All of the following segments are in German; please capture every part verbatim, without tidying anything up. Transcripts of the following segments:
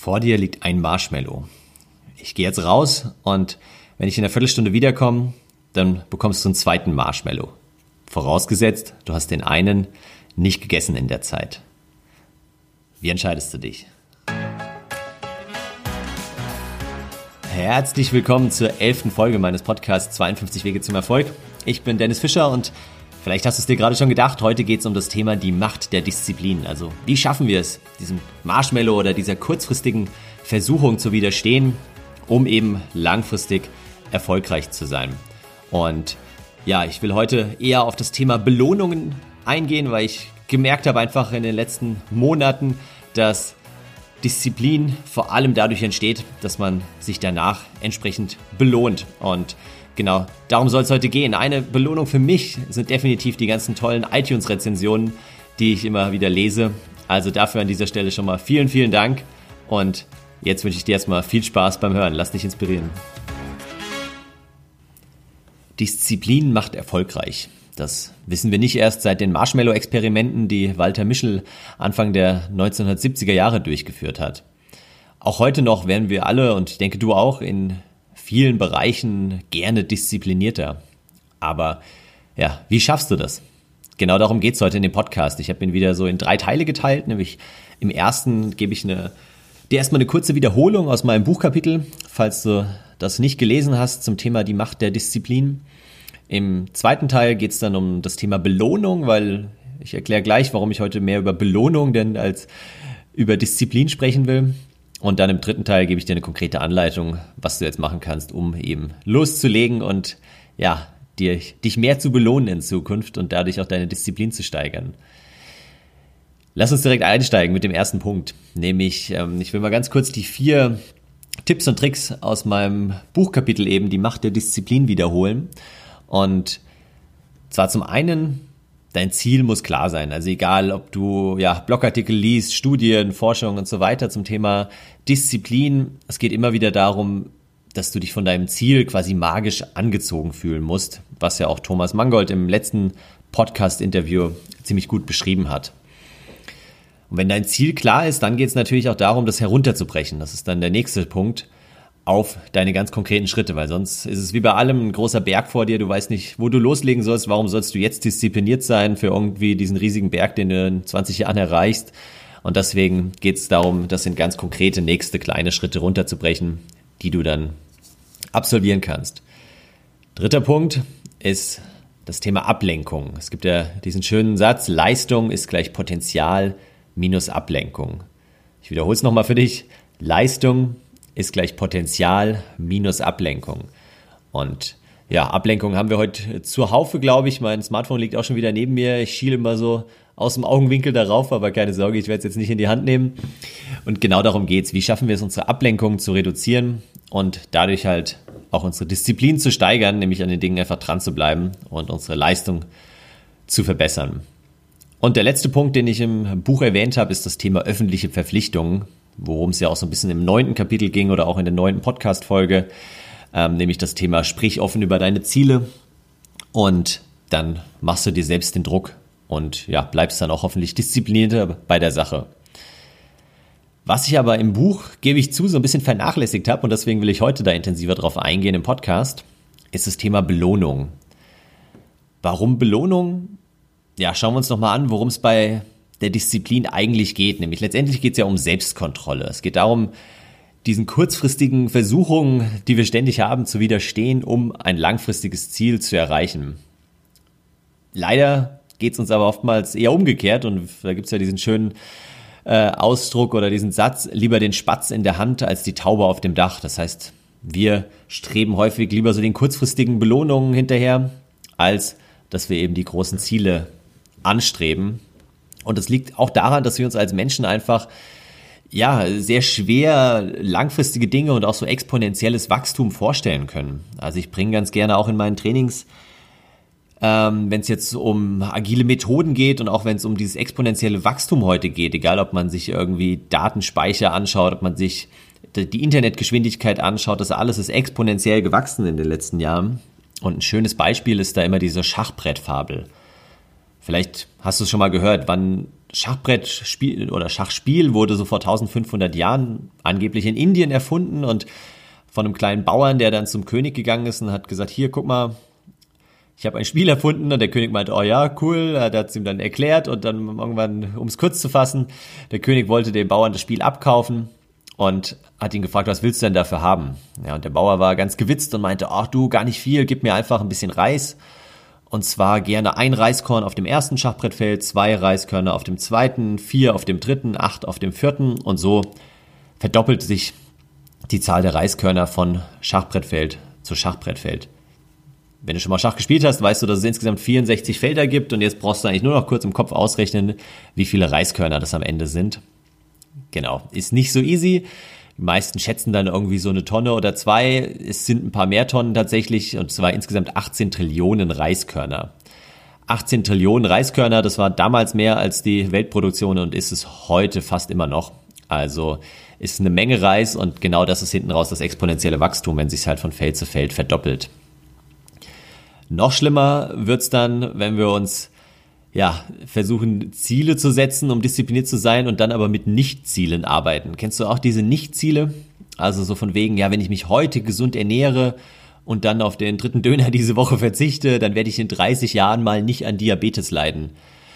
Vor dir liegt ein Marshmallow. Ich gehe jetzt raus und wenn ich in einer Viertelstunde wiederkomme, dann bekommst du einen zweiten Marshmallow. Vorausgesetzt, du hast den einen nicht gegessen in der Zeit. Wie entscheidest du dich? Herzlich willkommen zur elften Folge meines Podcasts zweiundfünfzig Wege zum Erfolg. Ich bin Dennis Fischer und vielleicht hast du es dir gerade schon gedacht, heute geht es um das Thema die Macht der Disziplin. Also wie schaffen wir es, diesem Marshmallow oder dieser kurzfristigen Versuchung zu widerstehen, um eben langfristig erfolgreich zu sein. Und ja, ich will heute eher auf das Thema Belohnungen eingehen, weil ich gemerkt habe einfach in den letzten Monaten, dass Disziplin vor allem dadurch entsteht, dass man sich danach entsprechend belohnt. Und genau darum soll es heute gehen. Eine Belohnung für mich sind definitiv die ganzen tollen iTunes-Rezensionen, die ich immer wieder lese. Also dafür an dieser Stelle schon mal vielen, vielen Dank. Und jetzt wünsche ich dir erstmal viel Spaß beim Hören. Lass dich inspirieren. Disziplin macht erfolgreich. Das wissen wir nicht erst seit den Marshmallow-Experimenten, die Walter Mischel Anfang der neunzehnhundertsiebziger Jahre durchgeführt hat. Auch heute noch werden wir alle, und ich denke du auch, in vielen Bereichen gerne disziplinierter. Aber ja, wie schaffst du das? Genau darum geht es heute in dem Podcast. Ich habe ihn wieder so in drei Teile geteilt, nämlich im ersten gebe ich eine, dir erstmal eine kurze Wiederholung aus meinem Buchkapitel, falls du das nicht gelesen hast, zum Thema die Macht der Disziplin. Im zweiten Teil geht es dann um das Thema Belohnung, weil ich erkläre gleich, warum ich heute mehr über Belohnung denn als über Disziplin sprechen will. Und dann im dritten Teil gebe ich dir eine konkrete Anleitung, was du jetzt machen kannst, um eben loszulegen und ja, dir, dich mehr zu belohnen in Zukunft und dadurch auch deine Disziplin zu steigern. Lass uns direkt einsteigen mit dem ersten Punkt, nämlich ähm, ich will mal ganz kurz die vier Tipps und Tricks aus meinem Buchkapitel eben, die Macht der Disziplin, wiederholen. Und zwar zum einen, dein Ziel muss klar sein. Also egal, ob du ja Blogartikel liest, Studien, Forschung und so weiter zum Thema Disziplin. Es geht immer wieder darum, dass du dich von deinem Ziel quasi magisch angezogen fühlen musst, was ja auch Thomas Mangold im letzten Podcast-Interview ziemlich gut beschrieben hat. Und wenn dein Ziel klar ist, dann geht es natürlich auch darum, das herunterzubrechen. Das ist dann der nächste Punkt auf deine ganz konkreten Schritte, weil sonst ist es wie bei allem ein großer Berg vor dir, du weißt nicht, wo du loslegen sollst, warum sollst du jetzt diszipliniert sein für irgendwie diesen riesigen Berg, den du in zwanzig Jahren erreichst, und deswegen geht es darum, das in ganz konkrete nächste kleine Schritte runterzubrechen, die du dann absolvieren kannst. Dritter Punkt ist das Thema Ablenkung. Es gibt ja diesen schönen Satz, Leistung ist gleich Potenzial minus Ablenkung. Ich wiederhole es nochmal für dich, Leistung ist gleich Potenzial minus Ablenkung. Und ja, Ablenkung haben wir heute zur Haufe, glaube ich. Mein Smartphone liegt auch schon wieder neben mir. Ich schiele immer so aus dem Augenwinkel darauf, aber keine Sorge, ich werde es jetzt nicht in die Hand nehmen. Und genau darum geht's. Wie schaffen wir es, unsere Ablenkung zu reduzieren und dadurch halt auch unsere Disziplin zu steigern, nämlich an den Dingen einfach dran zu bleiben und unsere Leistung zu verbessern. Und der letzte Punkt, den ich im Buch erwähnt habe, ist das Thema öffentliche Verpflichtungen, worum es ja auch so ein bisschen im neunten Kapitel ging oder auch in der neunten Podcast-Folge, ähm, nämlich das Thema sprich offen über deine Ziele und dann machst du dir selbst den Druck und ja, bleibst dann auch hoffentlich disziplinierter bei der Sache. Was ich aber im Buch, gebe ich zu, so ein bisschen vernachlässigt habe und deswegen will ich heute da intensiver drauf eingehen im Podcast, ist das Thema Belohnung. Warum Belohnung? Ja, schauen wir uns nochmal an, worum es bei der Disziplin eigentlich geht. Nämlich letztendlich geht es ja um Selbstkontrolle. Es geht darum, diesen kurzfristigen Versuchungen, die wir ständig haben, zu widerstehen, um ein langfristiges Ziel zu erreichen. Leider geht es uns aber oftmals eher umgekehrt und da gibt es ja diesen schönen äh, Ausdruck oder diesen Satz, lieber den Spatz in der Hand als die Taube auf dem Dach. Das heißt, wir streben häufig lieber so den kurzfristigen Belohnungen hinterher, als dass wir eben die großen Ziele anstreben. Und das liegt auch daran, dass wir uns als Menschen einfach ja sehr schwer langfristige Dinge und auch so exponentielles Wachstum vorstellen können. Also ich bringe ganz gerne auch in meinen Trainings, ähm, wenn es jetzt um agile Methoden geht und auch wenn es um dieses exponentielle Wachstum heute geht, egal ob man sich irgendwie Datenspeicher anschaut, ob man sich die Internetgeschwindigkeit anschaut, das alles ist exponentiell gewachsen in den letzten Jahren. Und ein schönes Beispiel ist da immer diese Schachbrettfabel. Vielleicht hast du es schon mal gehört, wann Schachbrettspiel oder Schachspiel wurde so vor eintausendfünfhundert Jahren angeblich in Indien erfunden und von einem kleinen Bauern, der dann zum König gegangen ist und hat gesagt, hier, guck mal, ich habe ein Spiel erfunden. Und der König meinte, oh ja, cool, er hat es ihm dann erklärt und dann irgendwann, um es kurz zu fassen, der König wollte dem Bauern das Spiel abkaufen und hat ihn gefragt, was willst du denn dafür haben? Ja, und der Bauer war ganz gewitzt und meinte, ach du, gar nicht viel, gib mir einfach ein bisschen Reis. Und zwar gerne ein Reiskorn auf dem ersten Schachbrettfeld, zwei Reiskörner auf dem zweiten, vier auf dem dritten, acht auf dem vierten. Und so verdoppelt sich die Zahl der Reiskörner von Schachbrettfeld zu Schachbrettfeld. Wenn du schon mal Schach gespielt hast, weißt du, dass es insgesamt vierundsechzig Felder gibt. Und jetzt brauchst du eigentlich nur noch kurz im Kopf ausrechnen, wie viele Reiskörner das am Ende sind. Genau, ist nicht so easy. Die meisten schätzen dann irgendwie so eine Tonne oder zwei. Es sind ein paar mehr Tonnen tatsächlich, und zwar insgesamt achtzehn Trillionen Reiskörner. achtzehn Trillionen Reiskörner, das war damals mehr als die Weltproduktion und ist es heute fast immer noch. Also ist eine Menge Reis und genau das ist hinten raus das exponentielle Wachstum, wenn sich halt von Feld zu Feld verdoppelt. Noch schlimmer wird's dann, wenn wir uns ja, versuchen Ziele zu setzen, um diszipliniert zu sein und dann aber mit Nicht-Zielen arbeiten. Kennst du auch diese Nicht-Ziele? Also so von wegen, ja, wenn ich mich heute gesund ernähre und dann auf den dritten Döner diese Woche verzichte, dann werde ich in dreißig Jahren mal nicht an Diabetes leiden.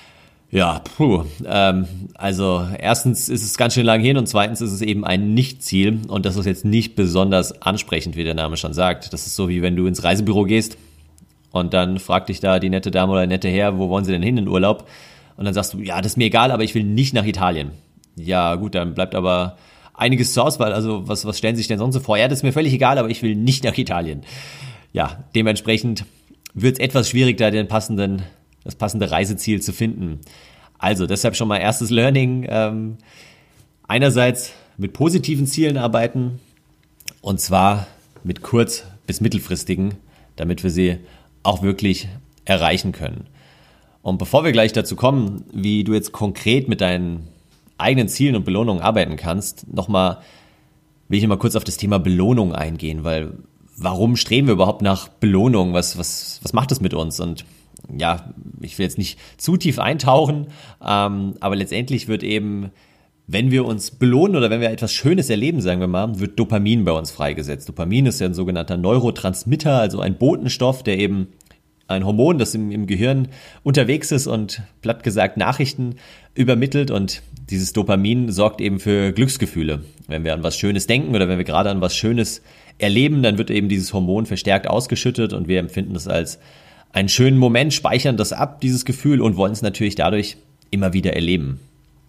Ja, puh, ähm, also erstens ist es ganz schön lang hin und zweitens ist es eben ein Nicht-Ziel und das ist jetzt nicht besonders ansprechend, wie der Name schon sagt. Das ist so, wie wenn du ins Reisebüro gehst und dann fragt dich da die nette Dame oder der nette Herr, wo wollen sie denn hin in Urlaub? Und dann sagst du, ja, das ist mir egal, aber ich will nicht nach Italien. Ja, gut, dann bleibt aber einiges zur Auswahl. Also was, was stellen Sie sich denn sonst so vor? Ja, das ist mir völlig egal, aber ich will nicht nach Italien. Ja, dementsprechend wird es etwas schwierig, da den passenden, das passende Reiseziel zu finden. Also deshalb schon mal erstes Learning. Ähm, einerseits mit positiven Zielen arbeiten und zwar mit kurz- bis mittelfristigen, damit wir sie auch wirklich erreichen können. Und bevor wir gleich dazu kommen, wie du jetzt konkret mit deinen eigenen Zielen und Belohnungen arbeiten kannst, nochmal will ich mal kurz auf das Thema Belohnung eingehen, weil warum streben wir überhaupt nach Belohnung? Was, was, was macht das mit uns? Und ja, ich will jetzt nicht zu tief eintauchen, ähm, aber letztendlich wird eben, wenn wir uns belohnen oder wenn wir etwas Schönes erleben, sagen wir mal, wird Dopamin bei uns freigesetzt. Dopamin ist ja ein sogenannter Neurotransmitter, also ein Botenstoff, der eben ein Hormon, das im, im Gehirn unterwegs ist und platt gesagt Nachrichten übermittelt und dieses Dopamin sorgt eben für Glücksgefühle. Wenn wir an was Schönes denken oder wenn wir gerade an was Schönes erleben, dann wird eben dieses Hormon verstärkt ausgeschüttet und wir empfinden das als einen schönen Moment, speichern das ab, dieses Gefühl, und wollen es natürlich dadurch immer wieder erleben.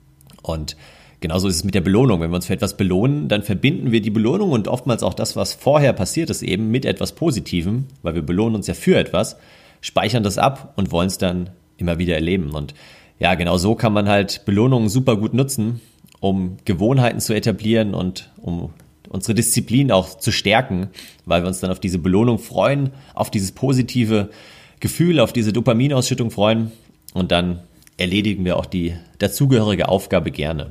Und genauso ist es mit der Belohnung. Wenn wir uns für etwas belohnen, dann verbinden wir die Belohnung und oftmals auch das, was vorher passiert ist, eben mit etwas Positivem, weil wir belohnen uns ja für etwas, speichern das ab und wollen es dann immer wieder erleben. Und ja, genau so kann man halt Belohnungen super gut nutzen, um Gewohnheiten zu etablieren und um unsere Disziplin auch zu stärken, weil wir uns dann auf diese Belohnung freuen, auf dieses positive Gefühl, auf diese Dopaminausschüttung freuen und dann erledigen wir auch die dazugehörige Aufgabe gerne.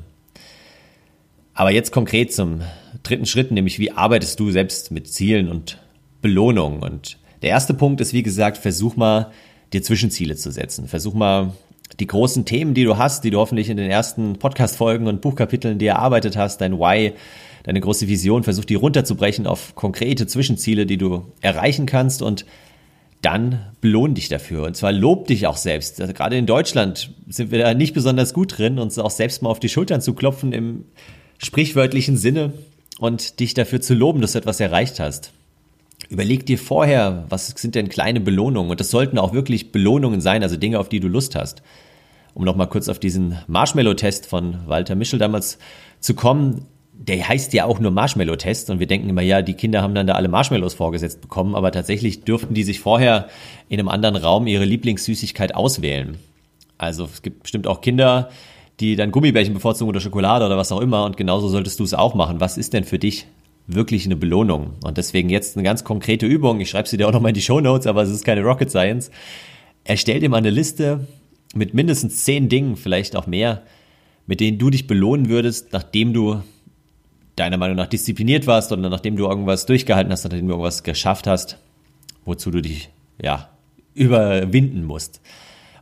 Aber jetzt konkret zum dritten Schritt, nämlich wie arbeitest du selbst mit Zielen und Belohnungen? Und der erste Punkt ist, wie gesagt, versuch mal, dir Zwischenziele zu setzen. Versuch mal, die großen Themen, die du hast, die du hoffentlich in den ersten Podcast-Folgen und Buchkapiteln dir erarbeitet hast, dein Why, deine große Vision, versuch die runterzubrechen auf konkrete Zwischenziele, die du erreichen kannst und dann belohn dich dafür. Und zwar lob dich auch selbst. Also gerade in Deutschland sind wir da nicht besonders gut drin, uns auch selbst mal auf die Schultern zu klopfen im sprichwörtlichen Sinne und dich dafür zu loben, dass du etwas erreicht hast. Überleg dir vorher, was sind denn kleine Belohnungen? Und das sollten auch wirklich Belohnungen sein, also Dinge, auf die du Lust hast. Um nochmal kurz auf diesen Marshmallow-Test von Walter Mischel damals zu kommen, der heißt ja auch nur Marshmallow-Test und wir denken immer, ja, die Kinder haben dann da alle Marshmallows vorgesetzt bekommen, aber tatsächlich dürften die sich vorher in einem anderen Raum ihre Lieblingssüßigkeit auswählen. Also es gibt bestimmt auch Kinder, die dann Gummibärchen bevorzugen oder Schokolade oder was auch immer, und genauso solltest du es auch machen. Was ist denn für dich wirklich eine Belohnung? Und deswegen jetzt eine ganz konkrete Übung, ich schreibe sie dir auch nochmal in die Shownotes, aber es ist keine Rocket Science. Erstell dir mal eine Liste mit mindestens zehn Dingen, vielleicht auch mehr, mit denen du dich belohnen würdest, nachdem du deiner Meinung nach diszipliniert warst oder nachdem du irgendwas durchgehalten hast, nachdem du irgendwas geschafft hast, wozu du dich ja überwinden musst.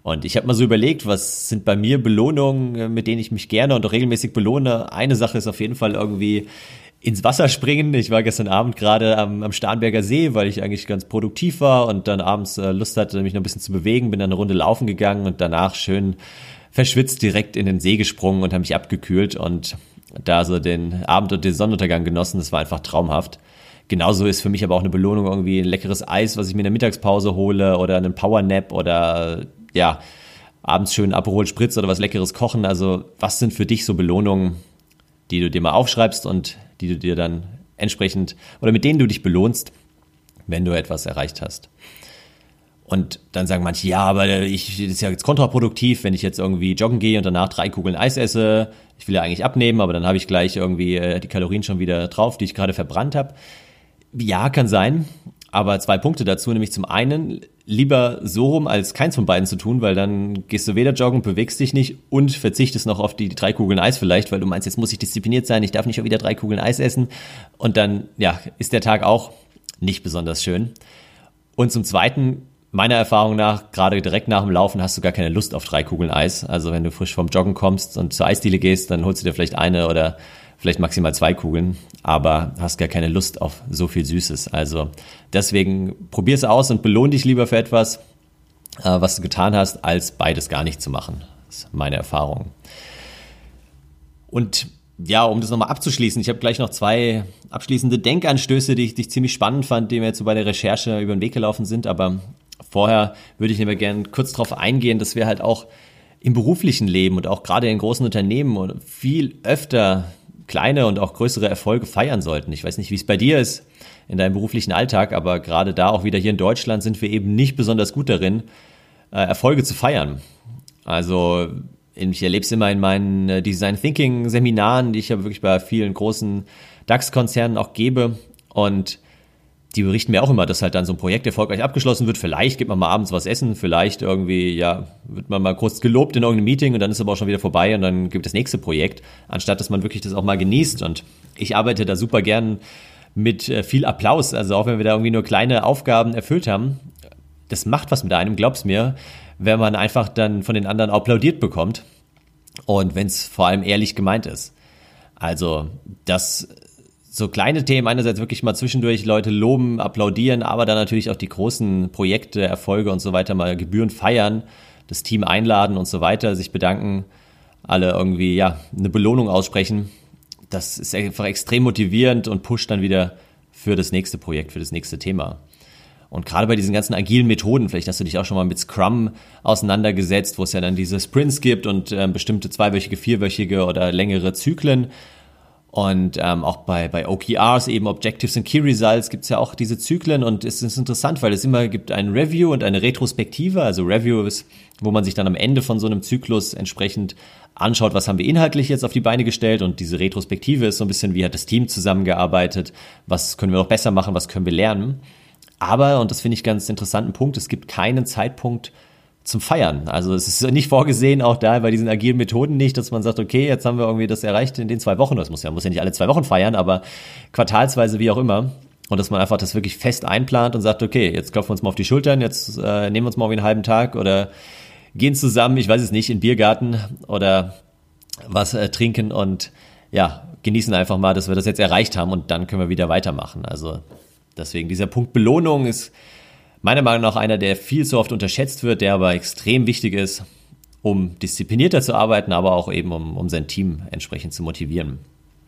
Und ich habe mal so überlegt, was sind bei mir Belohnungen, mit denen ich mich gerne und auch regelmäßig belohne. Eine Sache ist auf jeden Fall irgendwie ins Wasser springen. Ich war gestern Abend gerade am, am Starnberger See, weil ich eigentlich ganz produktiv war und dann abends äh, Lust hatte, mich noch ein bisschen zu bewegen, bin dann eine Runde laufen gegangen und danach schön verschwitzt direkt in den See gesprungen und habe mich abgekühlt und da so den Abend und den Sonnenuntergang genossen. Das war einfach traumhaft. Genauso ist für mich aber auch eine Belohnung irgendwie ein leckeres Eis, was ich mir in der Mittagspause hole oder einen Powernap oder ja, abends schön Aperol Spritz oder was Leckeres kochen. Also was sind für dich so Belohnungen, die du dir mal aufschreibst und die du dir dann entsprechend oder mit denen du dich belohnst, wenn du etwas erreicht hast? Und dann sagen manche, ja, aber ich, das ist ja jetzt kontraproduktiv, wenn ich jetzt irgendwie joggen gehe und danach drei Kugeln Eis esse. Ich will ja eigentlich abnehmen, aber dann habe ich gleich irgendwie äh, die Kalorien schon wieder drauf, die ich gerade verbrannt habe. Ja, kann sein, aber zwei Punkte dazu, nämlich zum einen lieber so rum, als keins von beiden zu tun, weil dann gehst du weder joggen, bewegst dich nicht und verzichtest noch auf die, die drei Kugeln Eis vielleicht, weil du meinst, jetzt muss ich diszipliniert sein, ich darf nicht schon wieder drei Kugeln Eis essen und dann ja, ist der Tag auch nicht besonders schön. Und zum Zweiten, meiner Erfahrung nach, gerade direkt nach dem Laufen hast du gar keine Lust auf drei Kugeln Eis. Also wenn du frisch vom Joggen kommst und zur Eisdiele gehst, dann holst du dir vielleicht eine oder vielleicht maximal zwei Kugeln, aber hast gar keine Lust auf so viel Süßes. Also deswegen probier's aus und belohn dich lieber für etwas, was du getan hast, als beides gar nicht zu machen. Das ist meine Erfahrung. Und ja, um das nochmal abzuschließen, ich habe gleich noch zwei abschließende Denkanstöße, die ich, die ich ziemlich spannend fand, die mir jetzt so bei der Recherche über den Weg gelaufen sind, aber vorher würde ich aber gerne kurz darauf eingehen, dass wir halt auch im beruflichen Leben und auch gerade in großen Unternehmen viel öfter kleine und auch größere Erfolge feiern sollten. Ich weiß nicht, wie es bei dir ist in deinem beruflichen Alltag, aber gerade da auch wieder hier in Deutschland sind wir eben nicht besonders gut darin, Erfolge zu feiern. Also ich erlebe es immer in meinen Design Thinking Seminaren, die ich ja wirklich bei vielen großen DAX-Konzernen auch gebe, und die berichten mir auch immer, dass halt dann so ein Projekt erfolgreich abgeschlossen wird. Vielleicht gibt man mal abends was essen, vielleicht irgendwie, ja, wird man mal kurz gelobt in irgendeinem Meeting und dann ist aber auch schon wieder vorbei und dann gibt das nächste Projekt, anstatt dass man wirklich das auch mal genießt. Und ich arbeite da super gern mit viel Applaus, also auch wenn wir da irgendwie nur kleine Aufgaben erfüllt haben, das macht was mit einem, glaub's mir, wenn man einfach dann von den anderen applaudiert bekommt und wenn es vor allem ehrlich gemeint ist. Also das so kleine Themen einerseits wirklich mal zwischendurch Leute loben, applaudieren, aber dann natürlich auch die großen Projekte, Erfolge und so weiter mal gebührend feiern, das Team einladen und so weiter, sich bedanken, alle irgendwie ja eine Belohnung aussprechen. Das ist einfach extrem motivierend und pusht dann wieder für das nächste Projekt, für das nächste Thema. Und gerade bei diesen ganzen agilen Methoden, vielleicht hast du dich auch schon mal mit Scrum auseinandergesetzt, wo es ja dann diese Sprints gibt und äh, bestimmte zweiwöchige, vierwöchige oder längere Zyklen. Und ähm, auch bei, bei O K Rs, eben Objectives and Key Results, gibt es ja auch diese Zyklen, und es ist interessant, weil es immer gibt ein Review und eine Retrospektive. Also Review ist, wo man sich dann am Ende von so einem Zyklus entsprechend anschaut, was haben wir inhaltlich jetzt auf die Beine gestellt, und diese Retrospektive ist so ein bisschen, wie hat das Team zusammengearbeitet, was können wir noch besser machen, was können wir lernen. Aber, und das finde ich ganz interessanten Punkt, es gibt keinen Zeitpunkt zum Feiern. Also es ist nicht vorgesehen, auch da bei diesen agilen Methoden nicht, dass man sagt, okay, jetzt haben wir irgendwie das erreicht in den zwei Wochen. Das muss ja, muss ja nicht alle zwei Wochen feiern, aber quartalsweise, wie auch immer. Und dass man einfach das wirklich fest einplant und sagt, okay, jetzt klopfen wir uns mal auf die Schultern, jetzt äh, nehmen wir uns mal irgendwie einen halben Tag oder gehen zusammen, ich weiß es nicht, in den Biergarten oder was äh, trinken und ja, genießen einfach mal, dass wir das jetzt erreicht haben, und dann können wir wieder weitermachen. Also deswegen, dieser Punkt Belohnung ist meiner Meinung nach einer, der viel zu oft unterschätzt wird, der aber extrem wichtig ist, um disziplinierter zu arbeiten, aber auch eben, um, um sein Team entsprechend zu motivieren.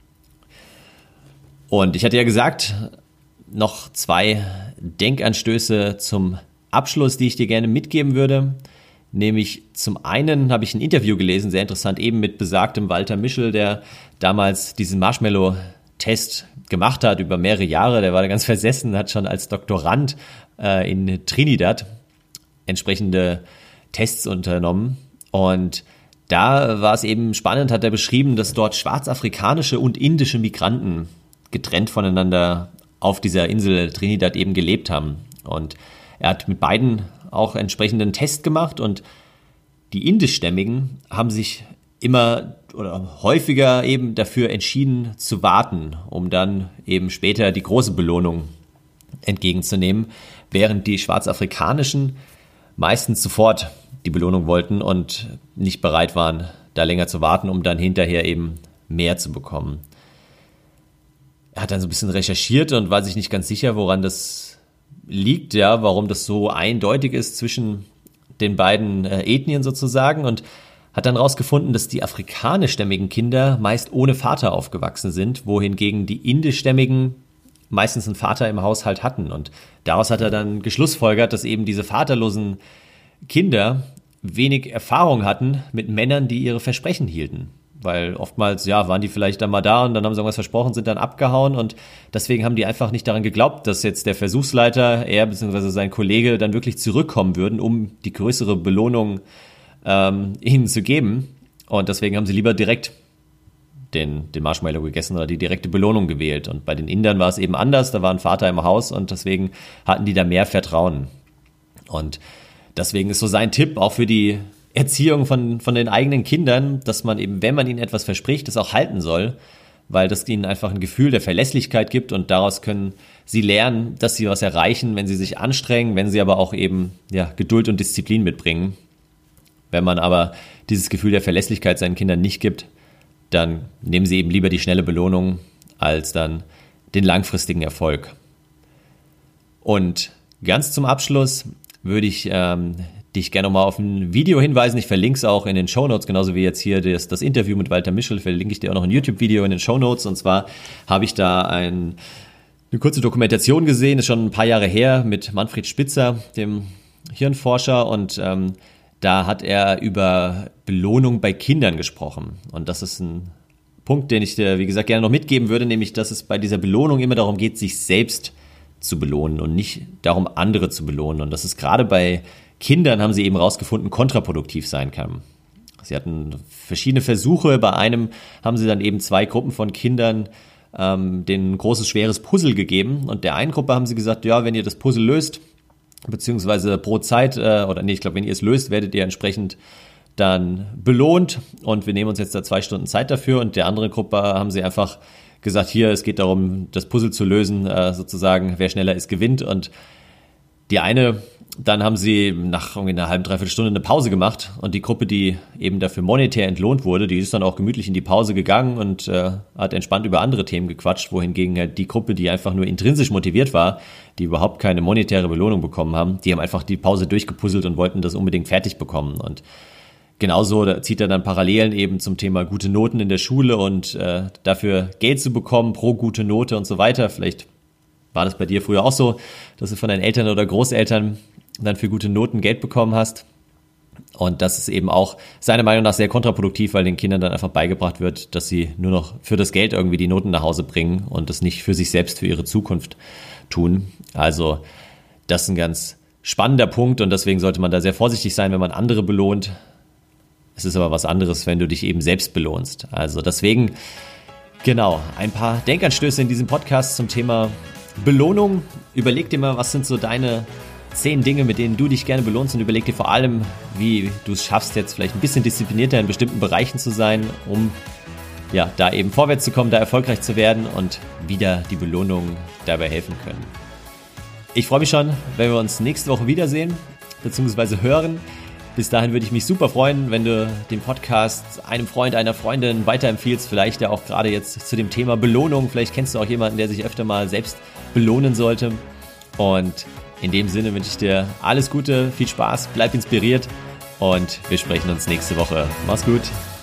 Und ich hatte ja gesagt, noch zwei Denkanstöße zum Abschluss, die ich dir gerne mitgeben würde. Nämlich zum einen habe ich ein Interview gelesen, sehr interessant, eben mit besagtem Walter Mischel, der damals diesen Marshmallow-Test gemacht hat über mehrere Jahre. Der war da ganz versessen, hat schon als Doktorand äh, in Trinidad entsprechende Tests unternommen. Und da war es eben spannend, hat er beschrieben, dass dort schwarzafrikanische und indische Migranten getrennt voneinander auf dieser Insel Trinidad eben gelebt haben. Und er hat mit beiden auch entsprechenden Test gemacht, und die indischstämmigen haben sich immer oder häufiger eben dafür entschieden zu warten, um dann eben später die große Belohnung entgegenzunehmen, während die schwarzafrikanischen meistens sofort die Belohnung wollten und nicht bereit waren, da länger zu warten, um dann hinterher eben mehr zu bekommen. Er hat dann so ein bisschen recherchiert und war sich nicht ganz sicher, woran das liegt, ja, warum das so eindeutig ist zwischen den beiden äh, Ethnien sozusagen, und hat dann rausgefunden, dass die afrikanischstämmigen Kinder meist ohne Vater aufgewachsen sind, wohingegen die indischstämmigen meistens einen Vater im Haushalt hatten. Und daraus hat er dann geschlussfolgert, dass eben diese vaterlosen Kinder wenig Erfahrung hatten mit Männern, die ihre Versprechen hielten. Weil oftmals, ja, waren die vielleicht dann mal da und dann haben sie irgendwas versprochen, sind dann abgehauen, und deswegen haben die einfach nicht daran geglaubt, dass jetzt der Versuchsleiter, er bzw. sein Kollege dann wirklich zurückkommen würden, um die größere Belohnung ähm, ihnen zu geben. Und deswegen haben sie lieber direkt den, den Marshmallow gegessen oder die direkte Belohnung gewählt. Und bei den Indern war es eben anders, da war ein Vater im Haus und deswegen hatten die da mehr Vertrauen. Und deswegen ist so sein Tipp auch für die Erziehung von, von den eigenen Kindern, dass man eben, wenn man ihnen etwas verspricht, das auch halten soll, weil das ihnen einfach ein Gefühl der Verlässlichkeit gibt, und daraus können sie lernen, dass sie was erreichen, wenn sie sich anstrengen, wenn sie aber auch eben ja, Geduld und Disziplin mitbringen. Wenn man aber dieses Gefühl der Verlässlichkeit seinen Kindern nicht gibt, dann nehmen sie eben lieber die schnelle Belohnung als dann den langfristigen Erfolg. Und ganz zum Abschluss würde ich ähm, dich gerne nochmal auf ein Video hinweisen. Ich verlinke es auch in den Shownotes, genauso wie jetzt hier das, das Interview mit Walter Mischel, verlinke ich dir auch noch ein YouTube-Video in den Shownotes. Und zwar habe ich da ein, eine kurze Dokumentation gesehen, ist schon ein paar Jahre her, mit Manfred Spitzer, dem Hirnforscher, und ähm, da hat er über Belohnung bei Kindern gesprochen. Und das ist ein Punkt, den ich dir, wie gesagt, gerne noch mitgeben würde, nämlich, dass es bei dieser Belohnung immer darum geht, sich selbst zu belohnen und nicht darum, andere zu belohnen. Und das ist gerade bei Kindern, haben sie eben rausgefunden, kontraproduktiv sein kann. Sie hatten verschiedene Versuche. Bei einem haben sie dann eben zwei Gruppen von Kindern ähm, denen ein großes, schweres Puzzle gegeben. Und der einen Gruppe haben sie gesagt, ja, wenn ihr das Puzzle löst, beziehungsweise pro Zeit, äh, oder nee, ich glaube, wenn ihr es löst, werdet ihr entsprechend dann belohnt. Und wir nehmen uns jetzt da zwei Stunden Zeit dafür. Und der andere Gruppe haben sie einfach gesagt, hier, es geht darum, das Puzzle zu lösen, äh, sozusagen, wer schneller ist, gewinnt. Und die eine, dann haben sie nach irgendwie einer halben, dreiviertel Stunde eine Pause gemacht, und die Gruppe, die eben dafür monetär entlohnt wurde, die ist dann auch gemütlich in die Pause gegangen und äh, hat entspannt über andere Themen gequatscht, wohingegen halt die Gruppe, die einfach nur intrinsisch motiviert war, die überhaupt keine monetäre Belohnung bekommen haben, die haben einfach die Pause durchgepuzzelt und wollten das unbedingt fertig bekommen. Und genauso, da zieht er dann Parallelen eben zum Thema gute Noten in der Schule und äh, dafür Geld zu bekommen pro gute Note und so weiter. Vielleicht war das bei dir früher auch so, dass du von deinen Eltern oder Großeltern dann für gute Noten Geld bekommen hast. Und das ist eben auch seiner Meinung nach sehr kontraproduktiv, weil den Kindern dann einfach beigebracht wird, dass sie nur noch für das Geld irgendwie die Noten nach Hause bringen und das nicht für sich selbst, für ihre Zukunft tun. Also das ist ein ganz spannender Punkt, und deswegen sollte man da sehr vorsichtig sein, wenn man andere belohnt. Es ist aber was anderes, wenn du dich eben selbst belohnst. Also deswegen, genau, ein paar Denkanstöße in diesem Podcast zum Thema Belohnung. Überleg dir mal, was sind so deine zehn Dinge, mit denen du dich gerne belohnst, und überleg dir vor allem, wie du es schaffst, jetzt vielleicht ein bisschen disziplinierter in bestimmten Bereichen zu sein, um ja, da eben vorwärts zu kommen, da erfolgreich zu werden und wieder die Belohnung dabei helfen können. Ich freue mich schon, wenn wir uns nächste Woche wiedersehen bzw. hören. Bis dahin würde ich mich super freuen, wenn du den Podcast einem Freund, einer Freundin weiterempfiehlst, vielleicht ja auch gerade jetzt zu dem Thema Belohnung. Vielleicht kennst du auch jemanden, der sich öfter mal selbst belohnen sollte. Und in dem Sinne wünsche ich dir alles Gute, viel Spaß, bleib inspiriert, und wir sprechen uns nächste Woche. Mach's gut.